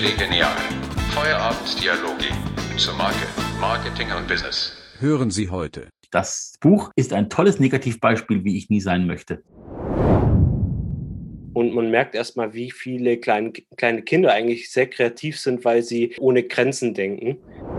Chili Genial. Feierabenddialoge zur Marke, Marketing und Business. Hören Sie heute. Das Buch ist ein tolles Negativbeispiel, wie ich nie sein möchte. Und man merkt erstmal, wie viele kleine Kinder eigentlich sehr kreativ sind, weil sie ohne Grenzen denken.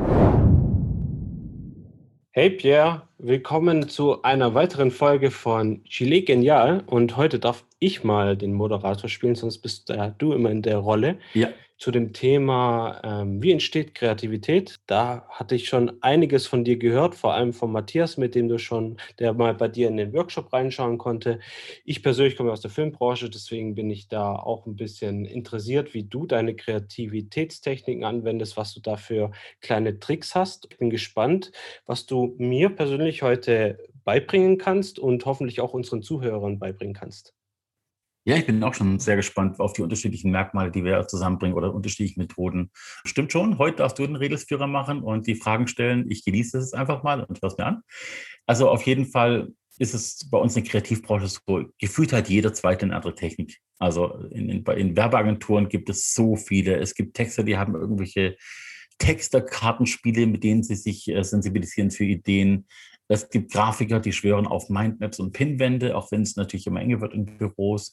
Hey Pierre, willkommen zu einer weiteren Folge von Chili Genial. Und heute darf ich mal den Moderator spielen, sonst bist du immer in der Rolle. Ja. Zu dem Thema, wie entsteht Kreativität? Da hatte ich schon einiges von dir gehört, vor allem von Matthias, der mal bei dir in den Workshop reinschauen konnte. Ich persönlich komme aus der Filmbranche, deswegen bin ich da auch ein bisschen interessiert, wie du deine Kreativitätstechniken anwendest, was du da für kleine Tricks hast. Ich bin gespannt, was du mir persönlich heute beibringen kannst und hoffentlich auch unseren Zuhörern beibringen kannst. Ja, ich bin auch schon sehr gespannt auf die unterschiedlichen Merkmale, die wir zusammenbringen oder unterschiedliche Methoden. Stimmt schon, heute darfst du den Redelsführer machen und die Fragen stellen. Ich genieße es einfach mal und höre es mir an. Also auf jeden Fall ist es bei uns in der Kreativbranche so, gefühlt hat jeder Zweite eine andere Technik. Also in Werbeagenturen gibt es so viele. Es gibt Texter, die haben irgendwelche Texterkartenspiele, mit denen sie sich sensibilisieren für Ideen. Es gibt Grafiker, die schwören auf Mindmaps und Pinwände, auch wenn es natürlich immer enger wird in Büros.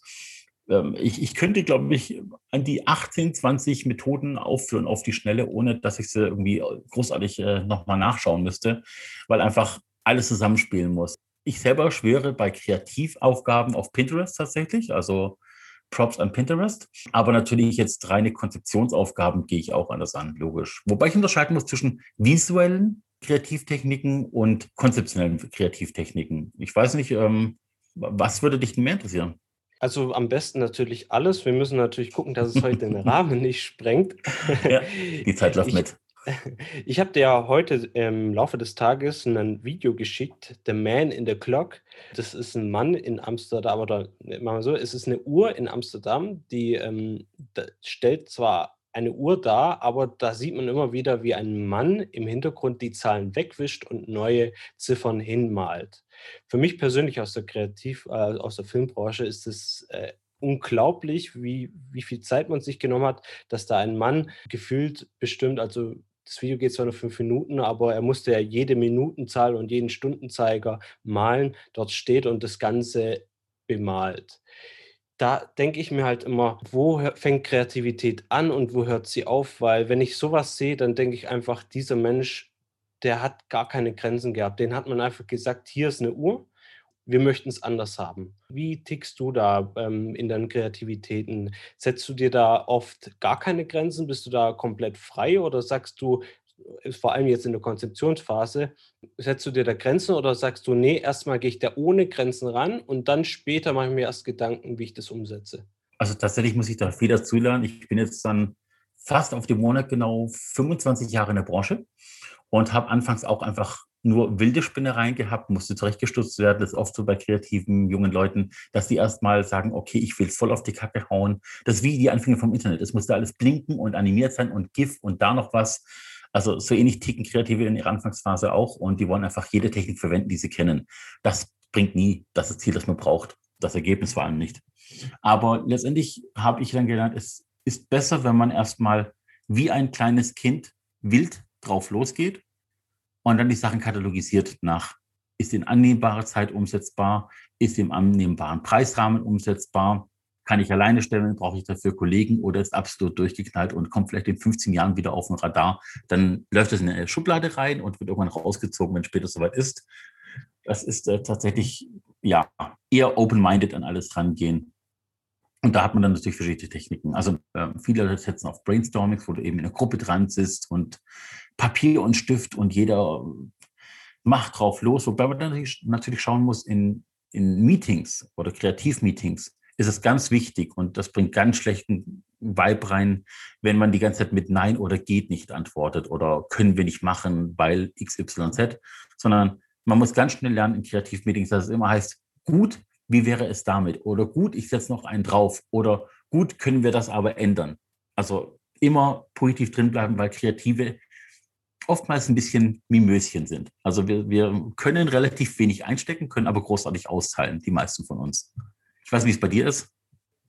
Ich könnte, glaube ich, an die 18, 20 Methoden aufführen auf die Schnelle, ohne dass ich sie irgendwie großartig nochmal nachschauen müsste, weil einfach alles zusammenspielen muss. Ich selber schwöre bei Kreativaufgaben auf Pinterest tatsächlich, also Props an Pinterest. Aber natürlich jetzt reine Konzeptionsaufgaben gehe ich auch anders an, logisch. Wobei ich unterscheiden muss zwischen visuellen Kreativtechniken und konzeptionellen Kreativtechniken. Ich weiß nicht, was würde dich denn mehr interessieren? Also am besten natürlich alles. Wir müssen natürlich gucken, dass es heute den Rahmen nicht sprengt. Ja, die Zeit läuft mit. Ich habe dir ja heute im Laufe des Tages ein Video geschickt, The Man in the Clock. Das ist ein Mann in Amsterdam, oder machen wir so, es ist eine Uhr in Amsterdam, die stellt zwar eine Uhr dar, aber da sieht man immer wieder, wie ein Mann im Hintergrund die Zahlen wegwischt und neue Ziffern hinmalt. Für mich persönlich aus der aus der Filmbranche ist es unglaublich, wie viel Zeit man sich genommen hat, dass da ein Mann gefühlt bestimmt, also das Video geht zwar nur 5 Minuten, aber er musste ja jede Minutenzahl und jeden Stundenzeiger malen, dort steht und das Ganze bemalt. Da denke ich mir halt immer, wo fängt Kreativität an und wo hört sie auf? Weil wenn ich sowas sehe, dann denke ich einfach, dieser Mensch, der hat gar keine Grenzen gehabt. Den hat man einfach gesagt, hier ist eine Uhr, wir möchten es anders haben. Wie tickst du da in deinen Kreativitäten? Setzt du dir da oft gar keine Grenzen? Bist du da komplett frei oder sagst du, vor allem jetzt in der Konzeptionsphase, setzt du dir da Grenzen oder sagst du, nee, erstmal gehe ich da ohne Grenzen ran und dann später mache ich mir erst Gedanken, wie ich das umsetze? Also tatsächlich muss ich da viel dazulernen. Ich bin jetzt dann fast auf den Monat genau 25 Jahre in der Branche und habe anfangs auch einfach nur wilde Spinnereien gehabt, musste zurechtgestutzt werden. Das ist oft so bei kreativen jungen Leuten, dass die erstmal sagen, okay, ich will voll auf die Kacke hauen. Das ist wie die Anfänge vom Internet. Es musste alles blinken und animiert sein und GIF und da noch was. Also so ähnlich ticken Kreative in ihrer Anfangsphase auch und die wollen einfach jede Technik verwenden, die sie kennen. Das bringt nie das Ziel, das man braucht. Das Ergebnis vor allem nicht. Aber letztendlich habe ich dann gelernt, es ist besser, wenn man erstmal wie ein kleines Kind wild drauf losgeht und dann die Sachen katalogisiert nach, ist in annehmbarer Zeit umsetzbar, ist im annehmbaren Preisrahmen umsetzbar, kann ich alleine stellen, brauche ich dafür Kollegen oder ist absolut durchgeknallt und kommt vielleicht in 15 Jahren wieder auf den Radar, dann läuft es in eine Schublade rein und wird irgendwann rausgezogen, wenn es später soweit ist. Das ist tatsächlich ja eher open-minded an alles rangehen. Und da hat man dann natürlich verschiedene Techniken. Also viele setzen auf Brainstorming, wo du eben in einer Gruppe dran sitzt und Papier und Stift und jeder macht drauf los. Wobei man dann natürlich schauen muss, in Meetings oder Kreativmeetings ist es ganz wichtig und das bringt ganz schlechten Vibe rein, wenn man die ganze Zeit mit Nein oder geht nicht antwortet oder können wir nicht machen, weil XYZ, sondern man muss ganz schnell lernen in Kreativmeetings, dass es immer heißt, gut, wie wäre es damit? Oder gut, ich setze noch einen drauf. Oder gut, können wir das aber ändern? Also immer positiv drinbleiben, weil Kreative oftmals ein bisschen Mimöschen sind. Also wir können relativ wenig einstecken, können aber großartig austeilen, die meisten von uns. Ich weiß nicht, wie es bei dir ist.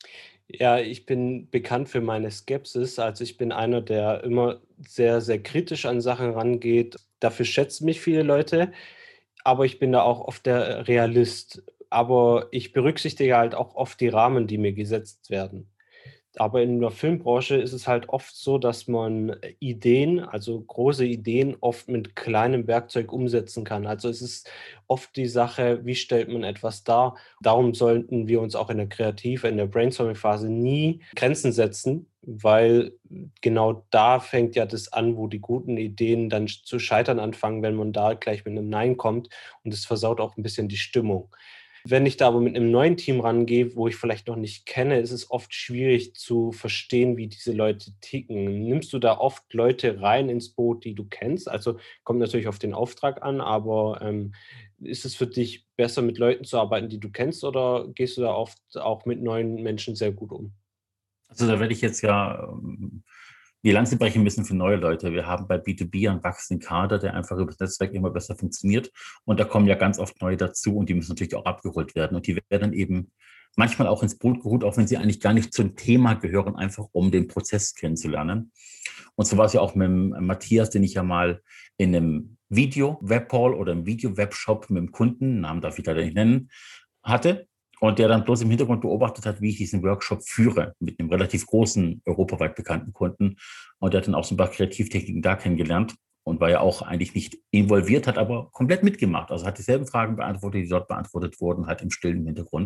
Ja, ich bin bekannt für meine Skepsis. Also ich bin einer, der immer sehr, sehr kritisch an Sachen rangeht. Dafür schätzen mich viele Leute, aber ich bin da auch oft der Realist. Aber ich berücksichtige halt auch oft die Rahmen, die mir gesetzt werden. Aber in der Filmbranche ist es halt oft so, dass man Ideen, also große Ideen, oft mit kleinem Werkzeug umsetzen kann. Also es ist oft die Sache, wie stellt man etwas dar? Darum sollten wir uns auch in der Brainstorming-Phase nie Grenzen setzen, weil genau da fängt ja das an, wo die guten Ideen dann zu scheitern anfangen, wenn man da gleich mit einem Nein kommt, und es versaut auch ein bisschen die Stimmung. Wenn ich da aber mit einem neuen Team rangehe, wo ich vielleicht noch nicht kenne, ist es oft schwierig zu verstehen, wie diese Leute ticken. Nimmst du da oft Leute rein ins Boot, die du kennst? Also, kommt natürlich auf den Auftrag an, aber, ist es für dich besser, mit Leuten zu arbeiten, die du kennst, oder gehst du da oft auch mit neuen Menschen sehr gut um? Also da werde ich jetzt ja die Lanze brechen müssen für neue Leute. Wir haben bei B2B einen wachsenden Kader, der einfach über das Netzwerk immer besser funktioniert. Und da kommen ja ganz oft neue dazu und die müssen natürlich auch abgeholt werden. Und die werden dann eben manchmal auch ins Boot geholt, auch wenn sie eigentlich gar nicht zum Thema gehören, einfach um den Prozess kennenzulernen. Und so war es ja auch mit dem Matthias, den ich ja mal in einem Video-Webcall oder im Video-Webshop mit dem Kunden, Namen darf ich leider nicht nennen, hatte. Und der dann bloß im Hintergrund beobachtet hat, wie ich diesen Workshop führe mit einem relativ großen, europaweit bekannten Kunden. Und der hat dann auch so ein paar Kreativtechniken da kennengelernt und war ja auch eigentlich nicht involviert, hat aber komplett mitgemacht. Also hat dieselben Fragen beantwortet, die dort beantwortet wurden, halt im stillen Hintergrund.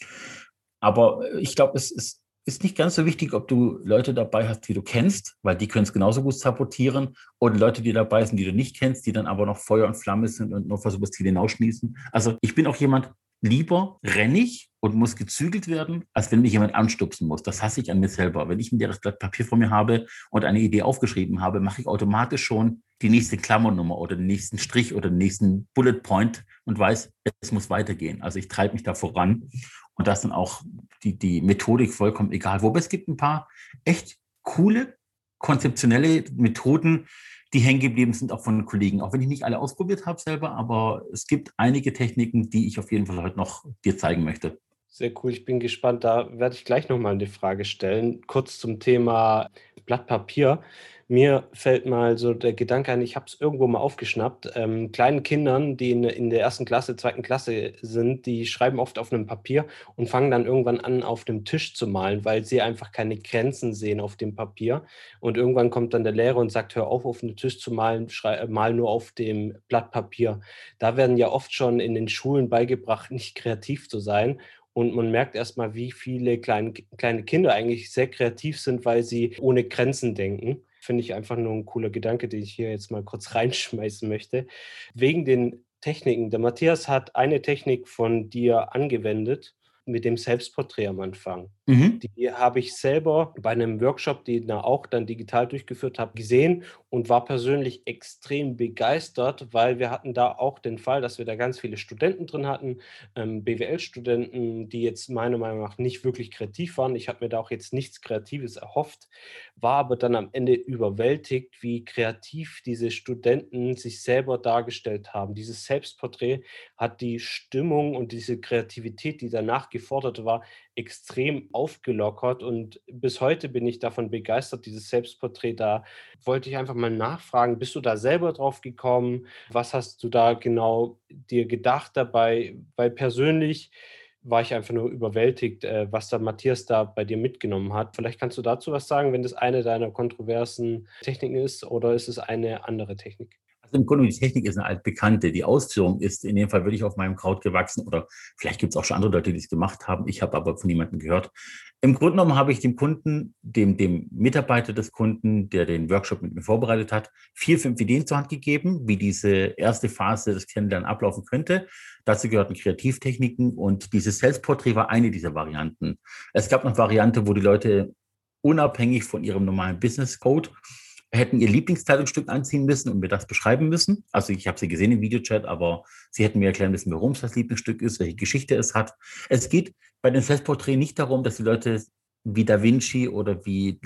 Aber ich glaube, ist nicht ganz so wichtig, ob du Leute dabei hast, die du kennst, weil die können es genauso gut sabotieren, oder Leute, die dabei sind, die du nicht kennst, die dann aber noch Feuer und Flamme sind und nur versuchen, das Ziel hinausschießen. Also ich bin auch jemand, lieber renne ich und muss gezügelt werden, als wenn mich jemand anstupsen muss. Das hasse ich an mir selber. Wenn ich ein leeres Blatt Papier vor mir habe und eine Idee aufgeschrieben habe, mache ich automatisch schon die nächste Klammernummer oder den nächsten Strich oder den nächsten Bullet Point und weiß, es muss weitergehen. Also ich treibe mich da voran und das ist dann auch die Methodik vollkommen egal. Wobei es gibt ein paar echt coole, konzeptionelle Methoden, die hängen geblieben sind, auch von Kollegen. Auch wenn ich nicht alle ausprobiert habe selber, aber es gibt einige Techniken, die ich auf jeden Fall heute noch dir zeigen möchte. Sehr cool, ich bin gespannt. Da werde ich gleich noch mal eine Frage stellen. Kurz zum Thema Blatt Papier. Mir fällt mal so der Gedanke ein, ich habe es irgendwo mal aufgeschnappt. Kleinen Kindern, die in der ersten Klasse, zweiten Klasse sind, die schreiben oft auf einem Papier und fangen dann irgendwann an, auf dem Tisch zu malen, weil sie einfach keine Grenzen sehen auf dem Papier. Und irgendwann kommt dann der Lehrer und sagt, hör auf den Tisch zu malen, mal nur auf dem Blatt Papier. Da werden ja oft schon in den Schulen beigebracht, nicht kreativ zu sein. Und man merkt erstmal, wie viele kleine Kinder eigentlich sehr kreativ sind, weil sie ohne Grenzen denken. Finde ich einfach nur ein cooler Gedanke, den ich hier jetzt mal kurz reinschmeißen möchte. Wegen den Techniken. Der Matthias hat eine Technik von dir angewendet mit dem Selbstporträt am Anfang. Mhm. Die habe ich selber bei einem Workshop, den er auch dann digital durchgeführt hat, gesehen und war persönlich extrem begeistert, weil wir hatten da auch den Fall, dass wir da ganz viele Studenten drin hatten, BWL-Studenten, die jetzt meiner Meinung nach nicht wirklich kreativ waren. Ich habe mir da auch jetzt nichts Kreatives erhofft, war aber dann am Ende überwältigt, wie kreativ diese Studenten sich selber dargestellt haben. Dieses Selbstporträt hat die Stimmung und diese Kreativität, die danach gefordert war, extrem aufgelockert, und bis heute bin ich davon begeistert, dieses Selbstporträt. Da wollte ich einfach mal nachfragen, bist du da selber drauf gekommen? Was hast du da genau dir gedacht dabei? Weil persönlich war ich einfach nur überwältigt, was da Matthias da bei dir mitgenommen hat. Vielleicht kannst du dazu was sagen, wenn das eine deiner kontroversen Techniken ist, oder ist es eine andere Technik? Also im Grunde, die Technik ist eine altbekannte. Die Ausführung ist in dem Fall wirklich auf meinem Kraut gewachsen oder vielleicht gibt es auch schon andere Leute, die es gemacht haben. Ich habe aber von niemandem gehört. Im Grunde genommen habe ich dem Kunden, dem Mitarbeiter des Kunden, der den Workshop mit mir vorbereitet hat, 4, 5 Ideen zur Hand gegeben, wie diese erste Phase des Kennenlernen ablaufen könnte. Dazu gehörten Kreativtechniken und dieses Selbstporträt war eine dieser Varianten. Es gab noch Variante, wo die Leute unabhängig von ihrem normalen Business Code hätten ihr Lieblingskleidungsstück anziehen müssen und mir das beschreiben müssen. Also ich habe sie gesehen im Videochat, aber sie hätten mir erklären müssen, warum es das Lieblingsstück ist, welche Geschichte es hat. Es geht bei den Selbstporträts nicht darum, dass die Leute wie Da Vinci oder wie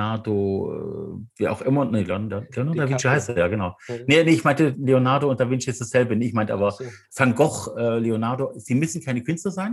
Leonardo, wie auch immer, nee, Leonardo da Vinci heißt er, ja, genau. Nee, ich meinte, Leonardo und Da Vinci ist dasselbe. Ich meinte aber So. Van Gogh, Leonardo, sie müssen keine Künstler sein.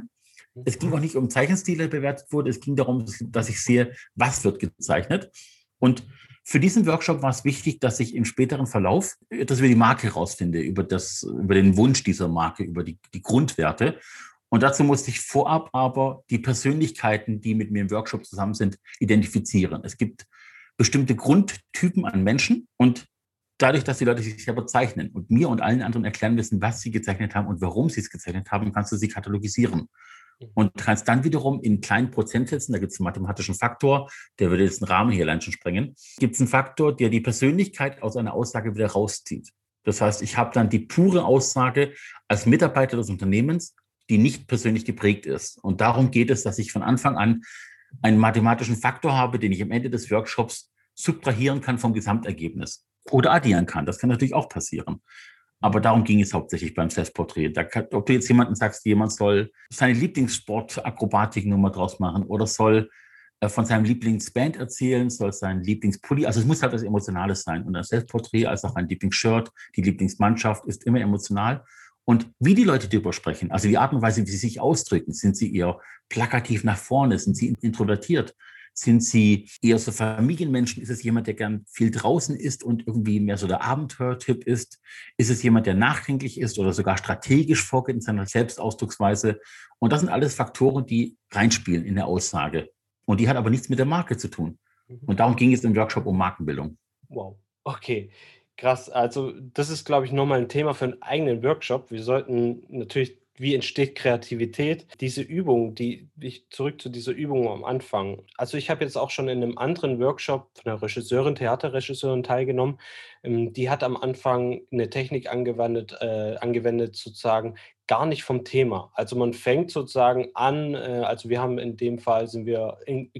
Es ging auch nicht um Zeichenstil, der bewertet wurde. Es ging darum, dass ich sehe, was wird gezeichnet. Und für diesen Workshop war es wichtig, dass ich im späteren Verlauf, dass ich über die Marke herausfinde, über den Wunsch dieser Marke, über die Grundwerte. Und dazu musste ich vorab aber die Persönlichkeiten, die mit mir im Workshop zusammen sind, identifizieren. Es gibt bestimmte Grundtypen an Menschen und dadurch, dass die Leute sich selber zeichnen und mir und allen anderen erklären müssen, was sie gezeichnet haben und warum sie es gezeichnet haben, kannst du sie katalogisieren. Und kannst dann wiederum in kleinen Prozentsätzen, da gibt es einen mathematischen Faktor, der würde jetzt einen Rahmen hier allein schon sprengen, gibt es einen Faktor, der die Persönlichkeit aus einer Aussage wieder rauszieht. Das heißt, ich habe dann die pure Aussage als Mitarbeiter des Unternehmens, die nicht persönlich geprägt ist. Und darum geht es, dass ich von Anfang an einen mathematischen Faktor habe, den ich am Ende des Workshops subtrahieren kann vom Gesamtergebnis oder addieren kann. Das kann natürlich auch passieren. Aber darum ging es hauptsächlich beim Selbstporträt. Ob du jetzt jemanden sagst, jemand soll seine Lieblingssport-Akrobatik-Nummer draus machen oder soll von seinem Lieblingsband erzählen, soll sein Lieblingspulli, also es muss halt was Emotionales sein. Und ein Selbstporträt als auch ein Lieblingsshirt, die Lieblingsmannschaft ist immer emotional. Und wie die Leute darüber sprechen, also die Art und Weise, wie sie sich ausdrücken, sind sie eher plakativ nach vorne, sind sie introvertiert? Sind sie eher so Familienmenschen? Ist es jemand, der gern viel draußen ist und irgendwie mehr so der Abenteuertyp ist? Ist es jemand, der nachdenklich ist oder sogar strategisch vorgeht in seiner Selbstausdrucksweise? Und das sind alles Faktoren, die reinspielen in der Aussage. Und die hat aber nichts mit der Marke zu tun. Und darum ging es im Workshop um Markenbildung. Wow, okay. Krass. Also das ist, glaube ich, nochmal ein Thema für einen eigenen Workshop. Wir sollten natürlich, wie entsteht Kreativität? Diese Übung, zurück zu dieser Übung am Anfang. Also ich habe jetzt auch schon in einem anderen Workshop von einer Regisseurin, Theaterregisseurin teilgenommen. Die hat am Anfang eine Technik angewendet sozusagen gar nicht vom Thema. Also man fängt sozusagen an, also wir haben in dem Fall, sind wir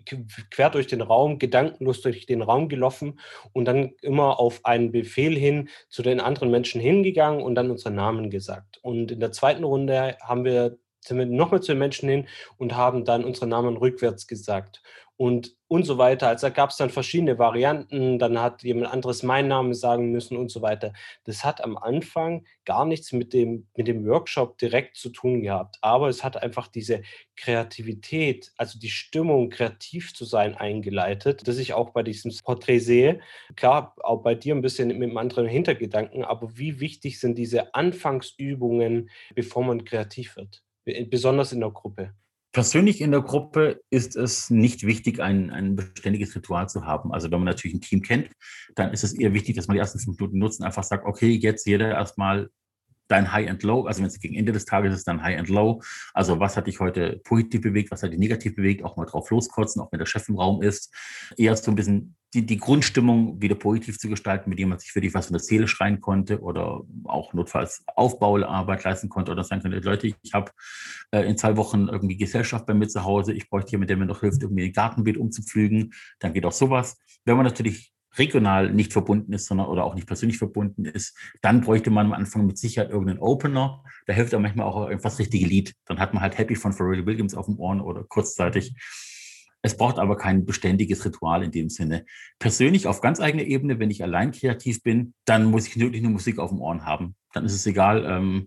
quer durch den Raum, gedankenlos durch den Raum gelaufen und dann immer auf einen Befehl hin zu den anderen Menschen hingegangen und dann unsere Namen gesagt. Und in der zweiten Runde sind wir nochmal zu den Menschen hin und haben dann unsere Namen rückwärts gesagt. Und so weiter. Also da gab es dann verschiedene Varianten, dann hat jemand anderes meinen Namen sagen müssen und so weiter. Das hat am Anfang gar nichts mit dem Workshop direkt zu tun gehabt, aber es hat einfach diese Kreativität, also die Stimmung, kreativ zu sein, eingeleitet, das ich auch bei diesem Porträt sehe. Klar, auch bei dir ein bisschen mit einem anderen Hintergedanken, aber wie wichtig sind diese Anfangsübungen, bevor man kreativ wird, besonders in der Gruppe? Persönlich in der Gruppe ist es nicht wichtig, ein beständiges Ritual zu haben. Also wenn man natürlich ein Team kennt, dann ist es eher wichtig, dass man die ersten 5 Minuten nutzt und einfach sagt, okay, jetzt jeder erstmal dein High and Low, also wenn es gegen Ende des Tages ist, dann High and Low. Also was hat dich heute positiv bewegt, was hat dich negativ bewegt, auch mal drauf loskotzen, auch wenn der Chef im Raum ist. Eher so ein bisschen die Grundstimmung wieder positiv zu gestalten, mit dem man sich für dich was von der Seele schreien konnte oder auch notfalls Aufbauarbeit leisten konnte oder sagen könnte, Leute, ich habe in 2 Wochen irgendwie Gesellschaft bei mir zu Hause, ich bräuchte jemanden, der mir noch hilft, irgendwie ein Gartenbeet umzupflügen, dann geht auch sowas. Wenn man natürlich regional nicht verbunden ist, sondern oder auch nicht persönlich verbunden ist, dann bräuchte man am Anfang mit Sicherheit irgendeinen Opener. Da hilft ja manchmal auch irgendwas richtige Lied. Dann hat man halt Happy von Pharrell Williams auf dem Ohren oder kurzzeitig. Es braucht aber kein beständiges Ritual in dem Sinne. Persönlich auf ganz eigener Ebene, wenn ich allein kreativ bin, dann muss ich wirklich nur Musik auf dem Ohren haben. Dann ist es egal.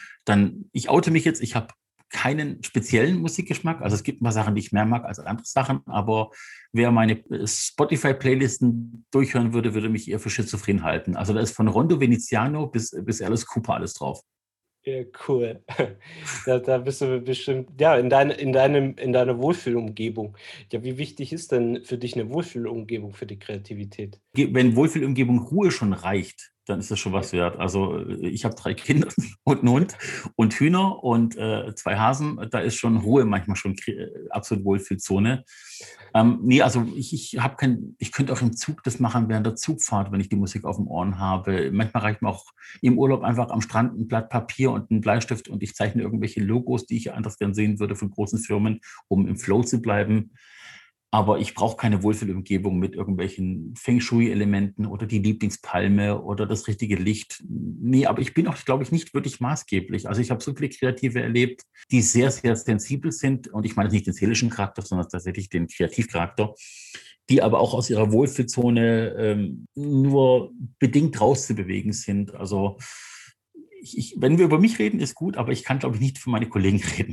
Ich oute mich jetzt, ich habe keinen speziellen Musikgeschmack. Also es gibt ein paar Sachen, die ich mehr mag als andere Sachen, aber wer meine Spotify-Playlisten durchhören würde, würde mich eher für schizophren halten. Also da ist von Rondo Veneziano bis Alice Cooper alles drauf. Ja, cool. Da bist du bestimmt, ja, in deiner Wohlfühlumgebung. Ja, wie wichtig ist denn für dich eine Wohlfühlumgebung für die Kreativität? Wenn Wohlfühlumgebung Ruhe schon reicht, dann ist das schon was wert. Also ich habe 3 Kinder und einen Hund und Hühner und 2 Hasen. Da ist schon Ruhe manchmal schon absolut Wohlfühlzone. Also ich könnte auch im Zug das machen während der Zugfahrt, wenn ich die Musik auf dem Ohren habe. Manchmal reicht mir auch im Urlaub einfach am Strand ein Blatt Papier und ein Bleistift und ich zeichne irgendwelche Logos, die ich anders gern sehen würde von großen Firmen, um im Flow zu bleiben. Aber ich brauche keine Wohlfühlumgebung mit irgendwelchen Feng Shui-Elementen oder die Lieblingspalme oder das richtige Licht. Nee, aber ich bin auch, glaube ich, nicht wirklich maßgeblich. Also ich habe so viele Kreative erlebt, die sehr, sehr sensibel sind. Und ich meine nicht den seelischen Charakter, sondern tatsächlich den Kreativcharakter, die aber auch aus ihrer Wohlfühlzone nur bedingt rauszubewegen sind. Also wenn wir über mich reden, ist gut, aber ich kann, glaube ich, nicht für meine Kollegen reden.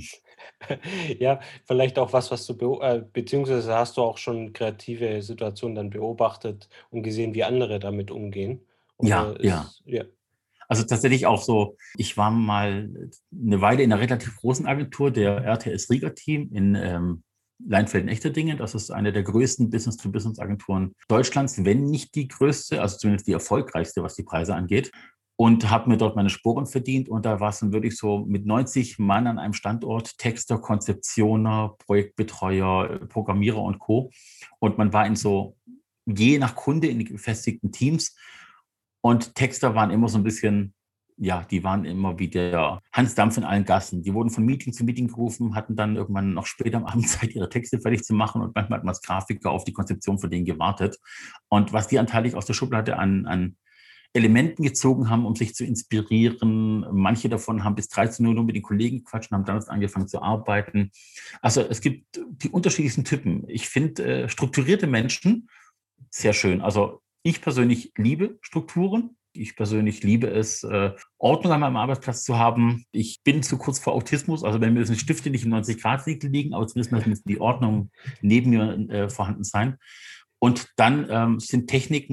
Ja, vielleicht auch was du beziehungsweise hast du auch schon kreative Situationen dann beobachtet und gesehen, wie andere damit umgehen? Ja, Oder ja. ist ja. Also tatsächlich auch so, ich war mal eine Weile in einer relativ großen Agentur, der RTS Riga Team in Leinfelden-Echterdingen. Das ist eine der größten Business-to-Business-Agenturen Deutschlands, wenn nicht die größte, also zumindest die erfolgreichste, was die Preise angeht. Und habe mir dort meine Sporen verdient. Und da war es dann wirklich so mit 90 Mann an einem Standort, Texter, Konzeptioner, Projektbetreuer, Programmierer und Co. Und man war in so je nach Kunde in gefestigten Teams. Und Texter waren immer so ein bisschen, ja, die waren immer wie der Hans Dampf in allen Gassen. Die wurden von Meeting zu Meeting gerufen, hatten dann irgendwann noch später am Abend Zeit, ihre Texte fertig zu machen. Und manchmal hat man als Grafiker auf die Konzeption von denen gewartet. Und was die anteilig aus der Schublade an Elementen gezogen haben, um sich zu inspirieren. Manche davon haben bis 13 Uhr nur mit den Kollegen gequatscht und haben dann erst angefangen zu arbeiten. Also es gibt die unterschiedlichsten Typen. Ich finde strukturierte Menschen sehr schön. Also ich persönlich liebe Strukturen. Ich persönlich liebe es, Ordnung an meinem Arbeitsplatz zu haben. Ich bin zu kurz vor Autismus. Also wenn mir die Stifte nicht im 90-Grad-Winkel liegen, aber zumindest müssen die Ordnung neben mir vorhanden sein. Und dann sind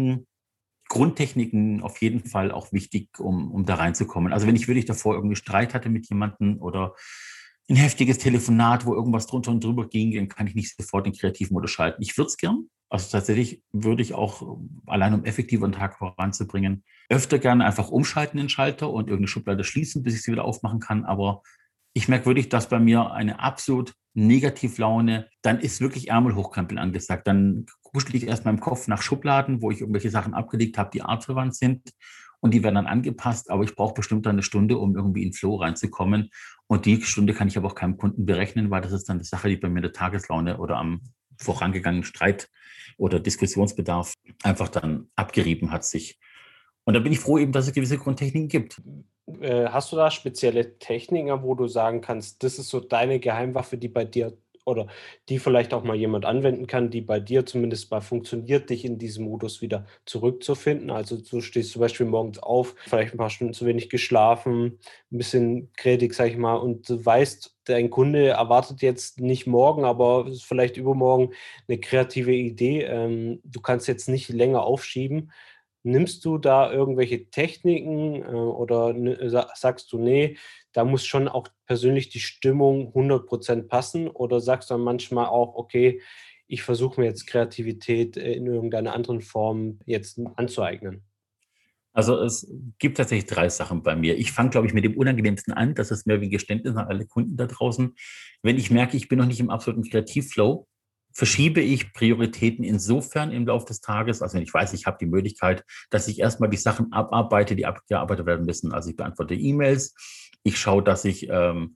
Grundtechniken auf jeden Fall auch wichtig, um da reinzukommen. Also wenn ich wirklich davor irgendwie Streit hatte mit jemandem oder ein heftiges Telefonat, wo irgendwas drunter und drüber ging, dann kann ich nicht sofort den Kreativmodus schalten. Ich würde es gern. Also tatsächlich würde ich auch, allein um effektiv einen Tag voranzubringen, öfter gerne einfach umschalten den Schalter und irgendeine Schublade schließen, bis ich sie wieder aufmachen kann. Aber ich merke wirklich, dass bei mir eine absolut Negativlaune, dann ist wirklich Ärmel hochkrempeln angesagt. Dann kuschel ich erst mal im Kopf nach Schubladen, wo ich irgendwelche Sachen abgelegt habe, die artverwandt sind. Und die werden dann angepasst, aber ich brauche bestimmt dann eine Stunde, um irgendwie in den Flow reinzukommen. Und die Stunde kann ich aber auch keinem Kunden berechnen, weil das ist dann eine Sache, die bei mir der Tageslaune oder am vorangegangenen Streit oder Diskussionsbedarf einfach dann abgerieben hat sich. Und da bin ich froh eben, dass es gewisse Grundtechniken gibt. Hast du da spezielle Techniken, wo du sagen kannst, das ist so deine Geheimwaffe, die bei dir oder die vielleicht auch mal jemand anwenden kann, die bei dir zumindest mal funktioniert, dich in diesem Modus wieder zurückzufinden? Also du stehst zum Beispiel morgens auf, vielleicht ein paar Stunden zu wenig geschlafen, ein bisschen grätig, sag ich mal, und du weißt, dein Kunde erwartet jetzt nicht morgen, aber vielleicht übermorgen eine kreative Idee. Du kannst jetzt nicht länger aufschieben. Nimmst du da irgendwelche Techniken oder sagst du, nee, da muss schon auch persönlich die Stimmung 100% passen? Oder sagst du dann manchmal auch, okay, ich versuche mir jetzt Kreativität in irgendeiner anderen Form jetzt anzueignen? Also es gibt tatsächlich 3 Sachen bei mir. Ich fange, glaube ich, mit dem Unangenehmsten an. Das ist mehr wie ein Geständnis an alle Kunden da draußen. Wenn ich merke, ich bin noch nicht im absoluten Kreativflow, verschiebe ich Prioritäten insofern im Laufe des Tages, also wenn ich weiß, ich habe die Möglichkeit, dass ich erstmal die Sachen abarbeite, die abgearbeitet werden müssen. Also ich beantworte E-Mails, ich schaue, dass ich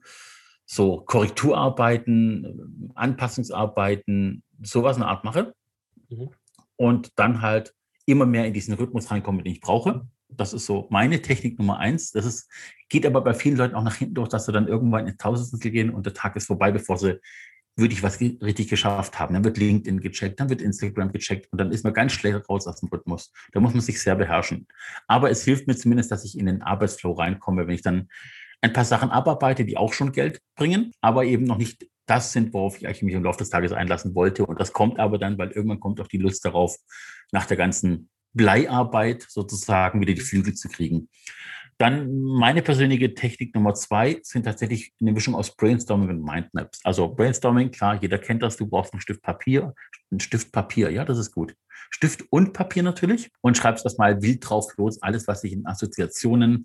so Korrekturarbeiten, Anpassungsarbeiten, sowas in der Art mache. Mhm. Und dann halt immer mehr in diesen Rhythmus reinkommen, den ich brauche. Das ist so meine Technik Nummer 1. Geht aber bei vielen Leuten auch nach hinten durch, dass sie dann irgendwann in Tausendstel gehen und der Tag ist vorbei, bevor sie wirklich was richtig geschafft haben. Dann wird LinkedIn gecheckt, dann wird Instagram gecheckt und dann ist man ganz schlecht raus aus dem Rhythmus. Da muss man sich sehr beherrschen. Aber es hilft mir zumindest, dass ich in den Arbeitsflow reinkomme, wenn ich dann ein paar Sachen abarbeite, die auch schon Geld bringen, aber eben noch nicht das sind, worauf ich eigentlich mich im Laufe des Tages einlassen wollte. Und das kommt aber dann, weil irgendwann kommt auch die Lust darauf, nach der ganzen Bleiarbeit sozusagen wieder die Flügel zu kriegen. Dann meine persönliche Technik Nummer 2 sind tatsächlich eine Mischung aus Brainstorming und Mindmaps. Also Brainstorming, klar, jeder kennt das, du brauchst einen Stift Papier, ja, das ist gut. Stift und Papier natürlich und schreibst das mal wild drauf los, alles, was sich in Assoziationen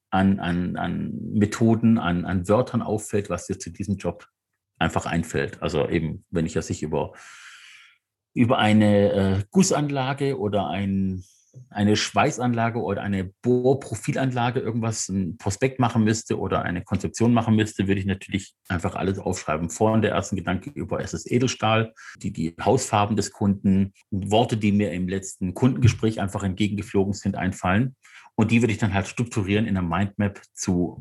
an Methoden, an Wörtern auffällt, was dir zu diesem Job einfach einfällt. Also eben, wenn ich ja sich über eine Gussanlage oder eine Schweißanlage oder eine Bohrprofilanlage irgendwas, ein Prospekt machen müsste oder eine Konzeption machen müsste, würde ich natürlich einfach alles aufschreiben. Vorhin der ersten Gedanke über es ist Edelstahl, die Hausfarben des Kunden, Worte, die mir im letzten Kundengespräch einfach entgegengeflogen sind, einfallen. Und die würde ich dann halt strukturieren in einer Mindmap zu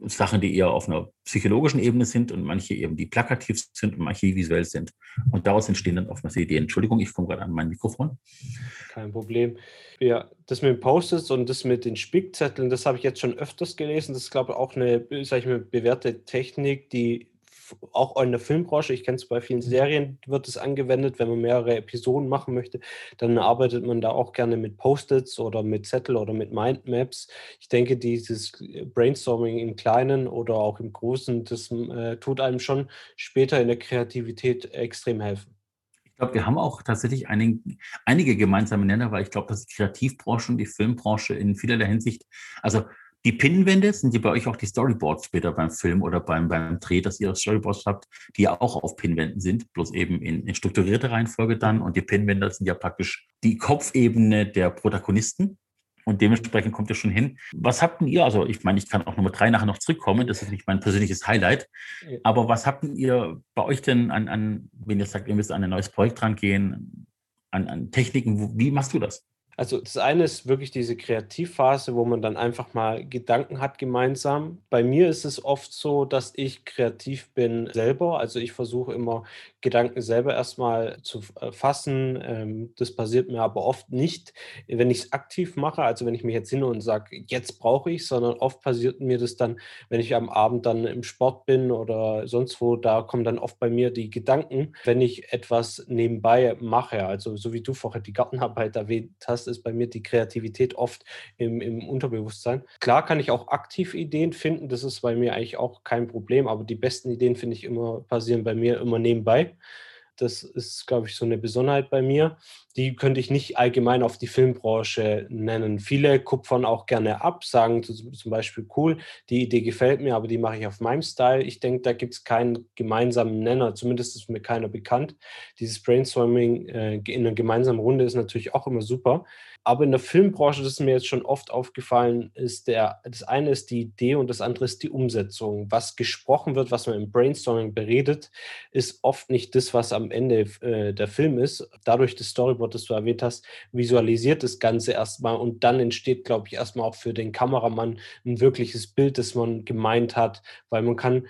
Sachen, die eher auf einer psychologischen Ebene sind und manche eben, die plakativ sind und manche die visuell sind. Und daraus entstehen dann oftmals Ideen. Entschuldigung, ich komme gerade an mein Mikrofon. Kein Problem. Ja, das mit den Post-its und das mit den Spickzetteln, das habe ich jetzt schon öfters gelesen. Das ist, glaube ich, auch eine, sag ich mal, bewährte Technik, die auch in der Filmbranche, ich kenne es bei vielen Serien, wird es angewendet, wenn man mehrere Episoden machen möchte, dann arbeitet man da auch gerne mit Post-its oder mit Zettel oder mit Mindmaps. Ich denke, dieses Brainstorming im Kleinen oder auch im Großen, das tut einem schon später in der Kreativität extrem helfen. Ich glaube, wir haben auch tatsächlich einige gemeinsame Nenner, weil ich glaube, dass die Kreativbranche und die Filmbranche in vielerlei Hinsicht, also die Pinnwände sind ja bei euch auch die Storyboards später beim Film oder beim Dreh, dass ihr Storyboards habt, die ja auch auf Pinnwänden sind, bloß eben in strukturierter Reihenfolge dann. Und die Pinnwände sind ja praktisch die Kopfebene der Protagonisten. Und dementsprechend kommt ihr schon hin. Was habt denn ihr, also ich meine, ich kann auch Nummer 3 nachher noch zurückkommen, das ist nicht mein persönliches Highlight, aber was habt denn ihr bei euch denn wenn ihr sagt, ihr müsst an ein neues Projekt rangehen, an Techniken, wie machst du das? Also das eine ist wirklich diese Kreativphase, wo man dann einfach mal Gedanken hat gemeinsam. Bei mir ist es oft so, dass ich kreativ bin selber. Also ich versuche immer Gedanken selber erstmal zu fassen. Das passiert mir aber oft nicht, wenn ich es aktiv mache. Also wenn ich mich jetzt hin und sage, jetzt brauche ich, sondern oft passiert mir das dann, wenn ich am Abend dann im Sport bin oder sonst wo, da kommen dann oft bei mir die Gedanken, wenn ich etwas nebenbei mache. Also so wie du vorher die Gartenarbeit erwähnt hast, ist bei mir die Kreativität oft im Unterbewusstsein. Klar kann ich auch aktiv Ideen finden, das ist bei mir eigentlich auch kein Problem, aber die besten Ideen, finde ich, passieren bei mir immer nebenbei. Das ist, glaube ich, so eine Besonderheit bei mir. Die könnte ich nicht allgemein auf die Filmbranche nennen. Viele kupfern auch gerne ab, sagen zum Beispiel, cool, die Idee gefällt mir, aber die mache ich auf meinem Style. Ich denke, da gibt es keinen gemeinsamen Nenner, zumindest ist mir keiner bekannt. Dieses Brainstorming in einer gemeinsamen Runde ist natürlich auch immer super. Aber in der Filmbranche, das ist mir jetzt schon oft aufgefallen, das eine ist die Idee und das andere ist die Umsetzung. Was gesprochen wird, was man im Brainstorming beredet, ist oft nicht das, was am Ende der Film ist. Dadurch das Storyboard, das du erwähnt hast, visualisiert das Ganze erstmal und dann entsteht, glaube ich, erstmal auch für den Kameramann ein wirkliches Bild, das man gemeint hat, weil man kann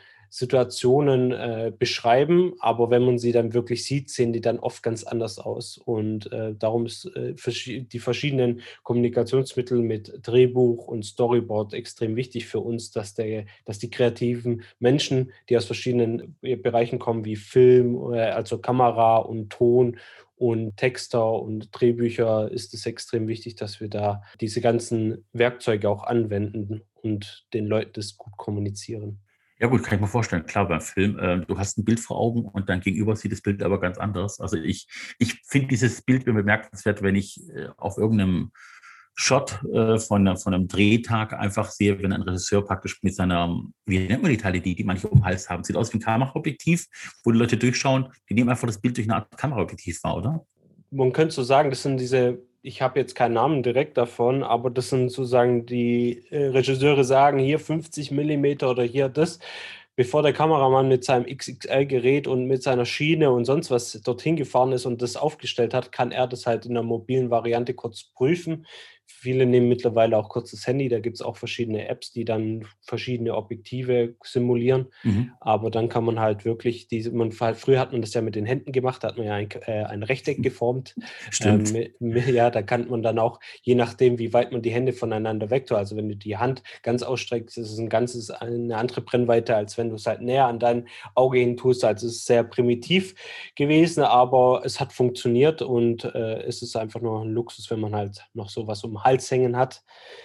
Situationen beschreiben, aber wenn man sie dann wirklich sieht, sehen die dann oft ganz anders aus. Und darum ist die verschiedenen Kommunikationsmittel mit Drehbuch und Storyboard extrem wichtig für uns, dass die kreativen Menschen, die aus verschiedenen Bereichen kommen, wie Film, also Kamera und Ton und Texter und Drehbücher, ist es extrem wichtig, dass wir da diese ganzen Werkzeuge auch anwenden und den Leuten das gut kommunizieren. Ja gut, kann ich mir vorstellen. Klar, beim Film, du hast ein Bild vor Augen und dann gegenüber sieht das Bild aber ganz anders. Also ich finde dieses Bild bemerkenswert, wenn ich auf irgendeinem Shot von einem Drehtag einfach sehe, wenn ein Regisseur praktisch mit seiner, wie nennt man die Teile, die manche um den Hals haben, sieht aus wie ein Kameraobjektiv, wo die Leute durchschauen, die nehmen einfach das Bild durch eine Art Kameraobjektiv wahr, oder? Man könnte so sagen, das sind ich habe jetzt keinen Namen direkt davon, aber das sind sozusagen die Regisseure sagen, hier 50 Millimeter oder hier das. Bevor der Kameramann mit seinem XXL-Gerät und mit seiner Schiene und sonst was dorthin gefahren ist und das aufgestellt hat, kann er das halt in der mobilen Variante kurz prüfen. Viele nehmen mittlerweile auch kurz das Handy, da gibt es auch verschiedene Apps, die dann verschiedene Objektive simulieren. Aber dann kann man halt wirklich früher hat man das ja mit den Händen gemacht, da hat man ja ein Rechteck geformt. Stimmt. Ja, da kann man dann auch, je nachdem, wie weit man die Hände voneinander weg tut, also wenn du die Hand ganz ausstreckst, ist es eine andere Brennweite, als wenn du es halt näher an dein Auge hin tust. Also es ist sehr primitiv gewesen, aber es hat funktioniert und es ist einfach nur ein Luxus, wenn man halt noch sowas um den Hals hängen hat.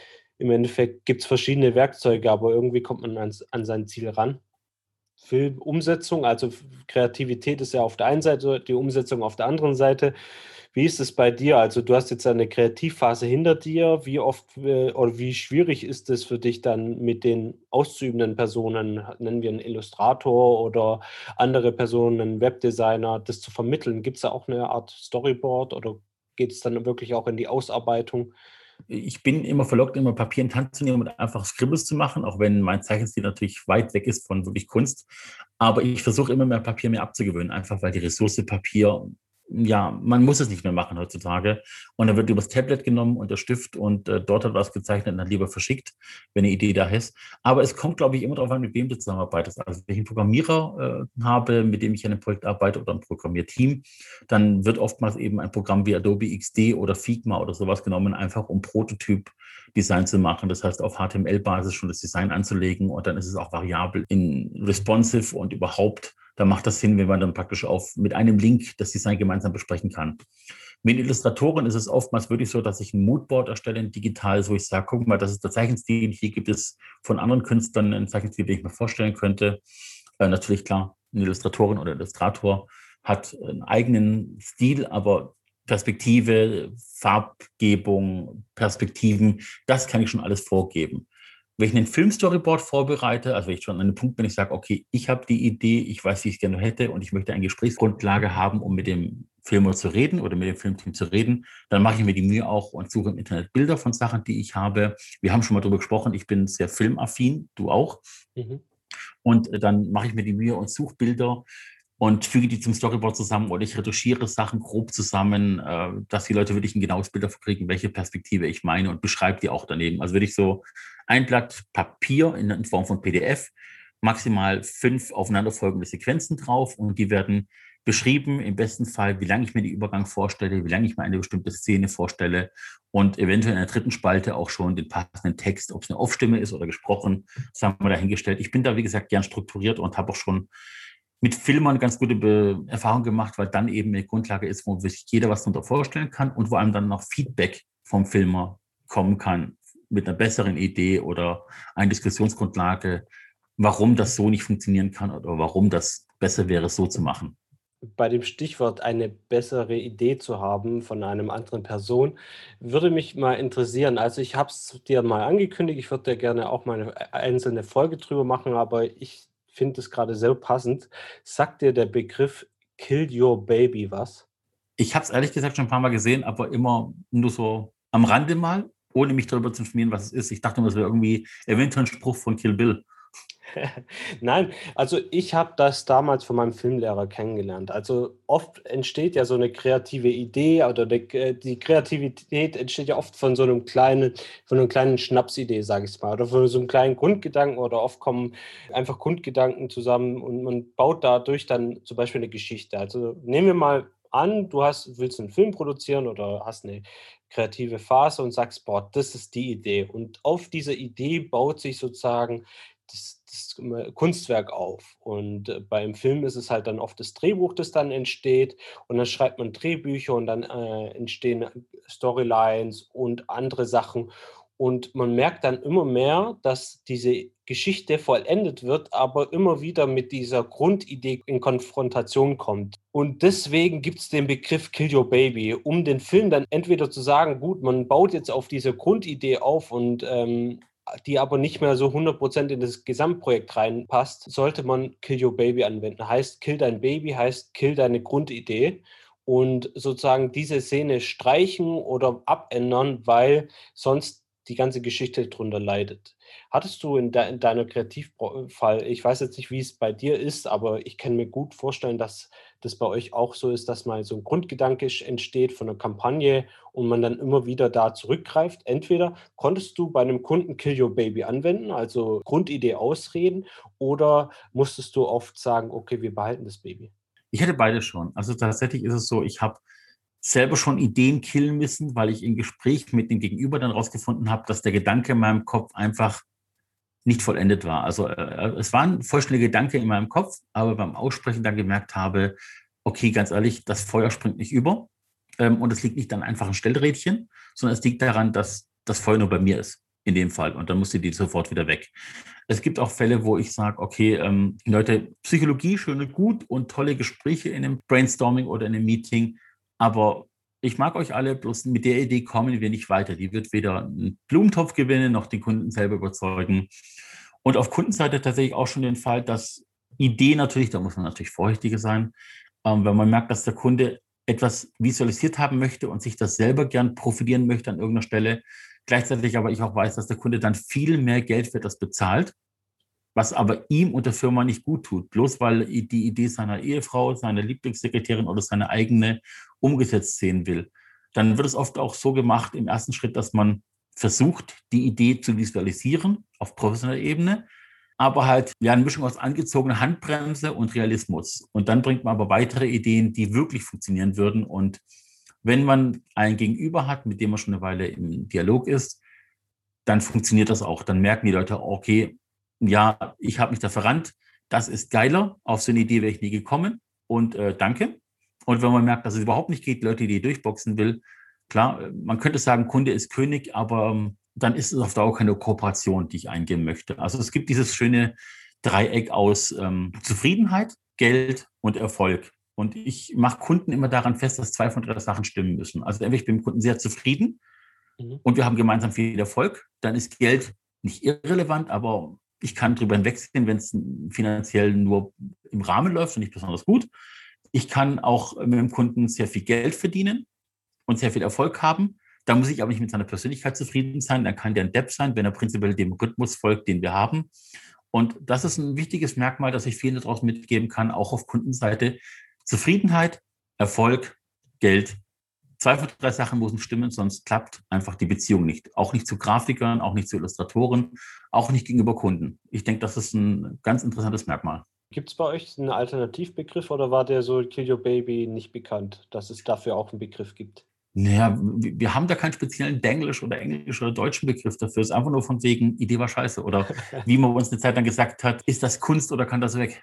Im Endeffekt gibt es verschiedene Werkzeuge, aber irgendwie kommt man an sein Ziel ran. Filmumsetzung, also Kreativität ist ja auf der einen Seite, die Umsetzung auf der anderen Seite. Wie ist es bei dir? Also du hast jetzt eine Kreativphase hinter dir. Wie oft oder wie schwierig ist es für dich dann mit den auszuübenden Personen, nennen wir einen Illustrator oder andere Personen, einen Webdesigner, das zu vermitteln? Gibt es da auch eine Art Storyboard oder geht es dann wirklich auch in die Ausarbeitung? Ich bin immer verlockt, immer Papier in die Hand zu nehmen und einfach Scribbles zu machen, auch wenn mein Zeichenstil natürlich weit weg ist von wirklich Kunst. Aber ich versuche immer mehr Papier mir abzugewöhnen, einfach weil die Ressource Papier ja, man muss es nicht mehr machen heutzutage. Und dann wird übers Tablet genommen und der Stift und dort hat was gezeichnet und dann lieber verschickt, wenn eine Idee da ist. Aber es kommt, glaube ich, immer darauf an, mit wem du zusammenarbeitest. Also wenn ich einen Programmierer habe, mit dem ich an einem Projekt arbeite oder ein Programmierteam, dann wird oftmals eben ein Programm wie Adobe XD oder Figma oder sowas genommen, einfach um Prototyp-Design zu machen. Das heißt, auf HTML-Basis schon das Design anzulegen und dann ist es auch variabel in responsive und überhaupt. Da macht das Sinn, wenn man dann praktisch mit einem Link das Design gemeinsam besprechen kann. Mit Illustratoren ist es oftmals wirklich so, dass ich ein Moodboard erstelle, ein digitales, wo ich sage, guck mal, das ist der Zeichenstil. Hier gibt es von anderen Künstlern einen Zeichenstil, den ich mir vorstellen könnte. Natürlich klar, eine Illustratorin oder Illustrator hat einen eigenen Stil, aber Perspektive, Farbgebung, Perspektiven, das kann ich schon alles vorgeben. Wenn ich einen Film-Storyboard vorbereite, also wenn ich schon an einem Punkt bin, ich sage, okay, ich habe die Idee, ich weiß, wie ich es gerne hätte und ich möchte eine Gesprächsgrundlage haben, um mit dem Filmer zu reden oder mit dem Filmteam zu reden, dann mache ich mir die Mühe auch und suche im Internet Bilder von Sachen, die ich habe. Wir haben schon mal darüber gesprochen, ich bin sehr filmaffin, du auch. Mhm. Und dann mache ich mir die Mühe und suche Bilder und füge die zum Storyboard zusammen oder ich retuschiere Sachen grob zusammen, dass die Leute wirklich ein genaues Bild davon kriegen, welche Perspektive ich meine und beschreibe die auch daneben. Also wirklich so ein Blatt Papier in Form von PDF, maximal 5 aufeinanderfolgende Sequenzen drauf und die werden beschrieben, im besten Fall, wie lange ich mir den Übergang vorstelle, wie lange ich mir eine bestimmte Szene vorstelle und eventuell in der dritten Spalte auch schon den passenden Text, ob es eine Off-Stimme ist oder gesprochen, das haben wir dahingestellt. Ich bin da, wie gesagt, gern strukturiert und habe auch schon mit Filmern ganz gute Erfahrungen gemacht, weil dann eben eine Grundlage ist, wo sich jeder was darunter vorstellen kann und wo einem dann noch Feedback vom Filmer kommen kann mit einer besseren Idee oder einer Diskussionsgrundlage, warum das so nicht funktionieren kann oder warum das besser wäre, so zu machen. Bei dem Stichwort eine bessere Idee zu haben von einem anderen Person, würde mich mal interessieren. Also ich habe es dir mal angekündigt, ich würde da gerne auch mal eine einzelne Folge drüber machen, aber ich finde es gerade sehr passend. Sagt dir der Begriff Kill Your Baby was? Ich habe es ehrlich gesagt schon ein paar Mal gesehen, aber immer nur so am Rande mal, ohne mich darüber zu informieren, was es ist. Ich dachte immer, es wäre irgendwie eventuell ein Spruch von Kill Bill. Nein, also ich habe das damals von meinem Filmlehrer kennengelernt. Also oft entsteht ja so eine kreative Idee oder die Kreativität entsteht ja oft von einer kleinen Schnapsidee, sage ich mal, oder von so einem kleinen Grundgedanken oder oft kommen einfach Grundgedanken zusammen und man baut dadurch dann zum Beispiel eine Geschichte. Also nehmen wir mal an, willst einen Film produzieren oder hast eine kreative Phase und sagst, boah, das ist die Idee. Und auf dieser Idee baut sich sozusagen das Kunstwerk auf. Und beim Film ist es halt dann oft das Drehbuch, das dann entsteht. Und dann schreibt man Drehbücher und dann entstehen Storylines und andere Sachen. Und man merkt dann immer mehr, dass diese Geschichte vollendet wird, aber immer wieder mit dieser Grundidee in Konfrontation kommt. Und deswegen gibt es den Begriff Kill Your Baby, um den Film dann entweder zu sagen, gut, man baut jetzt auf diese Grundidee auf und die aber nicht mehr so 100% in das Gesamtprojekt reinpasst, sollte man Kill Your Baby anwenden. Heißt, kill dein Baby, heißt, kill deine Grundidee und sozusagen diese Szene streichen oder abändern, weil sonst die ganze Geschichte drunter leidet. Hattest du in deiner Kreativfall, ich weiß jetzt nicht, wie es bei dir ist, aber ich kann mir gut vorstellen, dass das bei euch auch so ist, dass mal so ein Grundgedanke entsteht von einer Kampagne und man dann immer wieder da zurückgreift. Entweder konntest du bei einem Kunden Kill Your Baby anwenden, also Grundidee ausreden, oder musstest du oft sagen, okay, wir behalten das Baby? Ich hatte beides schon. Also tatsächlich ist es so, ich habe selber schon Ideen killen müssen, weil ich im Gespräch mit dem Gegenüber dann rausgefunden habe, dass der Gedanke in meinem Kopf einfach nicht vollendet war. Also es war ein vollständiger Gedanke in meinem Kopf, aber beim Aussprechen dann gemerkt habe, okay, ganz ehrlich, das Feuer springt nicht über. Und es liegt nicht an einfachen Stellrädchen, sondern es liegt daran, dass das Feuer nur bei mir ist, in dem Fall. Und dann musste die sofort wieder weg. Es gibt auch Fälle, wo ich sage, okay, Leute, Psychologie, schön und gut und tolle Gespräche in einem Brainstorming oder in einem Meeting, aber ich mag euch alle, bloß mit der Idee kommen wir nicht weiter. Die wird weder einen Blumentopf gewinnen, noch den Kunden selber überzeugen. Und auf Kundenseite tatsächlich auch schon den Fall, dass Idee natürlich, da muss man natürlich vorsichtiger sein, wenn man merkt, dass der Kunde etwas visualisiert haben möchte und sich das selber gern profilieren möchte an irgendeiner Stelle, gleichzeitig aber ich auch weiß, dass der Kunde dann viel mehr Geld für das bezahlt, was aber ihm und der Firma nicht gut tut, bloß weil er die Idee seiner Ehefrau, seiner Lieblingssekretärin oder seine eigene umgesetzt sehen will. Dann wird es oft auch so gemacht im ersten Schritt, dass man versucht, die Idee zu visualisieren auf professioneller Ebene, aber halt eine Mischung aus angezogener Handbremse und Realismus. Und dann bringt man aber weitere Ideen, die wirklich funktionieren würden. Und wenn man ein Gegenüber hat, mit dem man schon eine Weile im Dialog ist, dann funktioniert das auch. Dann merken die Leute, okay, ja, ich habe mich da verrannt, das ist geiler, auf so eine Idee wäre ich nie gekommen und danke. Und wenn man merkt, dass es überhaupt nicht geht, Leute, die durchboxen will, klar, man könnte sagen, Kunde ist König, aber dann ist es auf Dauer keine Kooperation, die ich eingehen möchte. Also es gibt dieses schöne Dreieck aus Zufriedenheit, Geld und Erfolg. Und ich mache Kunden immer daran fest, dass 2 von 3 Sachen stimmen müssen. Also entweder ich bin mit dem Kunden sehr zufrieden und wir haben gemeinsam viel Erfolg, dann ist Geld nicht irrelevant, aber ich kann drüber hinwegsehen, wenn es finanziell nur im Rahmen läuft und nicht besonders gut. Ich kann auch mit dem Kunden sehr viel Geld verdienen und sehr viel Erfolg haben. Da muss ich aber nicht mit seiner Persönlichkeit zufrieden sein. Dann kann der ein Depp sein, wenn er prinzipiell dem Rhythmus folgt, den wir haben. Und das ist ein wichtiges Merkmal, das ich vielen daraus mitgeben kann, auch auf Kundenseite. Zufriedenheit, Erfolg, Geld. 2 von 3 Sachen müssen stimmen, sonst klappt einfach die Beziehung nicht. Auch nicht zu Grafikern, auch nicht zu Illustratoren, auch nicht gegenüber Kunden. Ich denke, das ist ein ganz interessantes Merkmal. Gibt es bei euch einen Alternativbegriff oder war der so Kill Your Baby nicht bekannt, dass es dafür auch einen Begriff gibt? Naja, wir haben da keinen speziellen Denglisch oder Englisch oder deutschen Begriff dafür. Es ist einfach nur von wegen, Idee war scheiße. Oder wie man uns eine Zeit lang gesagt hat, ist das Kunst oder kann das weg?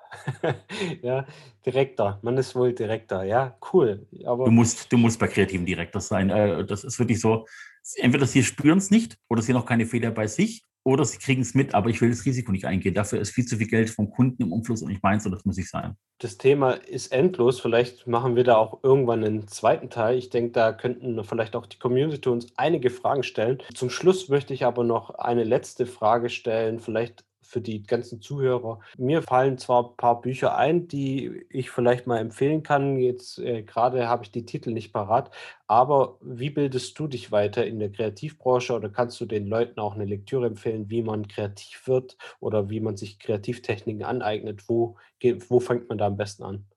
Ja, direkter. Man ist wohl direkter. Ja, cool. Du Aber musst bei Kreativen Direktor sein. Das ist wirklich so, entweder sie spüren es nicht oder sie haben noch keine Fehler bei sich oder sie kriegen es mit, aber ich will das Risiko nicht eingehen. Dafür ist viel zu viel Geld vom Kunden im Umfluss und ich meine so, das muss nicht sein. das Thema ist endlos. Vielleicht machen wir da auch irgendwann einen zweiten Teil. Ich denke, da könnten vielleicht auch die Community uns einige Fragen stellen. Zum Schluss möchte ich aber noch eine letzte Frage stellen, vielleicht für die ganzen Zuhörer. Mir fallen zwar ein paar Bücher ein, die ich vielleicht mal empfehlen kann. Jetzt gerade habe ich die Titel nicht parat. Aber wie bildest du dich weiter in der Kreativbranche oder kannst du den Leuten auch eine Lektüre empfehlen, wie man kreativ wird oder wie man sich Kreativtechniken aneignet? Wo fängt man da am besten an?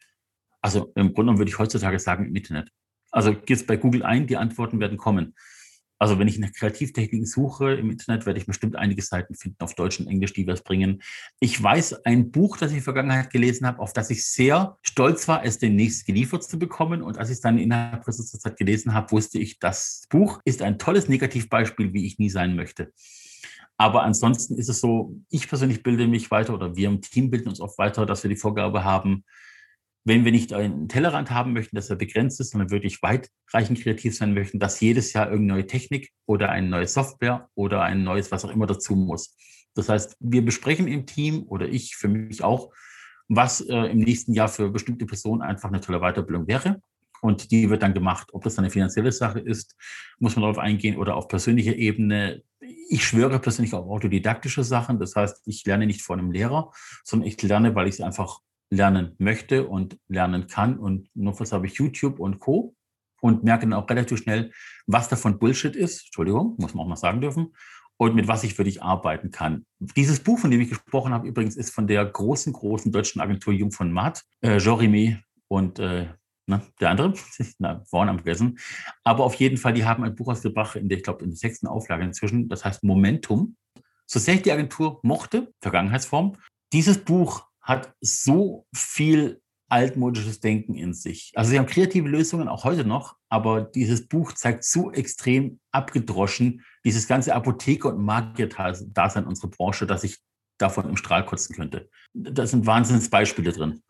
Also im Grunde genommen würde ich heutzutage sagen im Internet. Also gehst bei Google ein, die Antworten werden kommen. Also wenn ich nach Kreativtechniken suche im Internet, werde ich bestimmt einige Seiten finden auf Deutsch und Englisch, die was bringen. Ich weiß ein Buch, das ich in der Vergangenheit gelesen habe, auf das ich sehr stolz war, es demnächst geliefert zu bekommen. Und als ich es dann innerhalb kürzester Zeit gelesen habe, wusste ich, das Buch ist ein tolles Negativbeispiel, wie ich nie sein möchte. Aber ansonsten ist es so, ich persönlich bilde mich weiter oder wir im Team bilden uns oft weiter, dass wir die Vorgabe haben, wenn wir nicht einen Tellerrand haben möchten, dass er begrenzt ist, sondern wirklich weitreichend kreativ sein möchten, dass jedes Jahr irgendeine neue Technik oder eine neue Software oder ein neues, was auch immer dazu muss. Das heißt, wir besprechen im Team oder ich für mich auch, was im nächsten Jahr für bestimmte Personen einfach eine tolle Weiterbildung wäre. Und die wird dann gemacht. Ob das eine finanzielle Sache ist, muss man darauf eingehen oder auf persönlicher Ebene. Ich schwöre persönlich auf autodidaktische Sachen. Das heißt, ich lerne nicht von einem Lehrer, sondern ich lerne, weil ich es einfach lernen möchte und lernen kann. Und notfalls habe ich YouTube und Co. und merke dann auch relativ schnell, was davon Bullshit ist. Entschuldigung, muss man auch mal sagen dürfen. Und mit was ich für dich arbeiten kann. Dieses Buch, von dem ich gesprochen habe, übrigens ist von der großen deutschen Agentur Jung von Matt, Jean-Remy und der andere, vorne am vergessen. Aber auf jeden Fall, die haben ein Buch ausgebracht, in der 6. Auflage inzwischen, das heißt Momentum. So sehr ich die Agentur mochte, Vergangenheitsform, dieses Buch hat so viel altmodisches Denken in sich. Also sie haben kreative Lösungen auch heute noch, aber dieses Buch zeigt so extrem abgedroschen dieses ganze Apotheker- und Magier-Dasein unserer Branche, dass ich davon im Strahl kotzen könnte. Da sind Wahnsinnsbeispiele drin.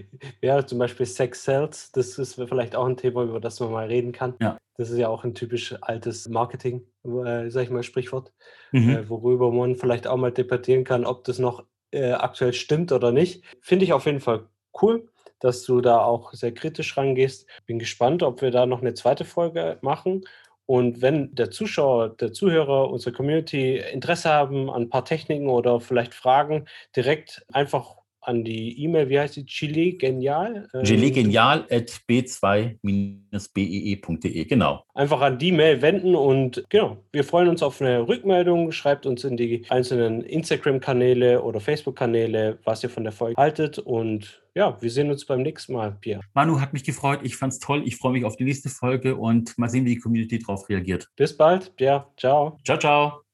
Ja, zum Beispiel Sex Sells, das ist vielleicht auch ein Thema, über das man mal reden kann. Ja. Das ist ja auch ein typisch altes Marketing, sag ich mal, Sprichwort, Mhm. worüber man vielleicht auch mal debattieren kann, ob das noch aktuell stimmt oder nicht. Finde ich auf jeden Fall cool, dass du da auch sehr kritisch rangehst. Bin gespannt, ob wir da noch eine zweite Folge machen. Und wenn der Zuschauer, der Zuhörer, unsere Community Interesse haben an ein paar Techniken oder vielleicht Fragen, direkt einfach an die E-Mail, wie heißt die? Chili Genial? genial@b2-bee.de, genau. Einfach an die Mail wenden und genau, wir freuen uns auf eine Rückmeldung. Schreibt uns in die einzelnen Instagram-Kanäle oder Facebook-Kanäle, was ihr von der Folge haltet. Und ja, wir sehen uns beim nächsten Mal, Pierre. Manu, hat mich gefreut. Ich fand's toll. Ich freue mich auf die nächste Folge und mal sehen, wie die Community darauf reagiert. Bis bald, Pierre. Ciao. Ciao, ciao.